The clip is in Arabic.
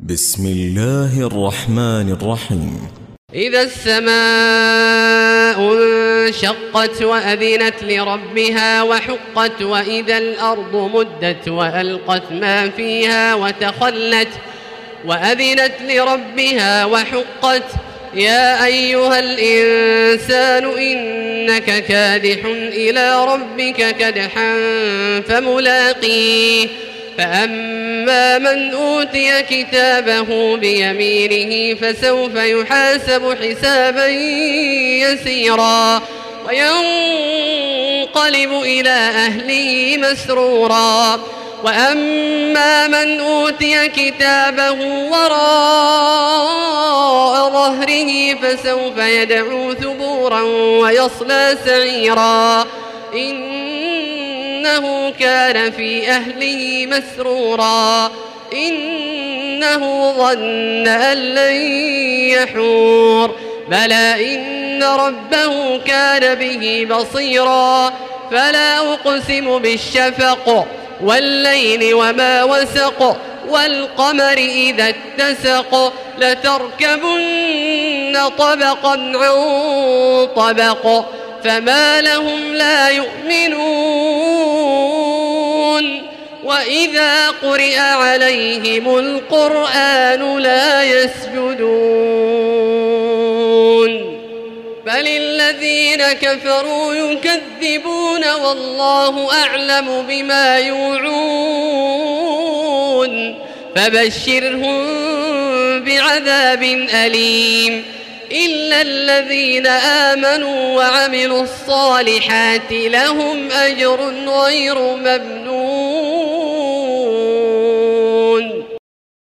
بسم الله الرحمن الرحيم. إذا السماء انشقت وأذنت لربها وحقت وإذا الأرض مدت وألقت ما فيها وتخلت وأذنت لربها وحقت يا أيها الإنسان إنك كادح إلى ربك كدحا فملاقيه فأما من أوتي كتابه بيمينه فسوف يحاسب حسابا يسيرا وينقلب إلى أهله مسرورا وأما من أوتي كتابه وراء ظهره فسوف يدعو ثبورا ويصلى سعيرا إنه كان في أهله مسرورا إنه ظن أن لن يحور بلى إن ربه كان به بصيرا فلا أقسم بالشفق والليل وما وسق والقمر إذا اتسق لتركبن طبقا عن طبق فما لهم لا يؤمنون وإذا قرئ عليهم القرآن لا يسجدون بل الذين كفروا يكذبون والله أعلم بما يوعون فبشرهم بعذاب أليم إلا الذين آمنوا وعملوا الصالحات لهم أجر غير ممنون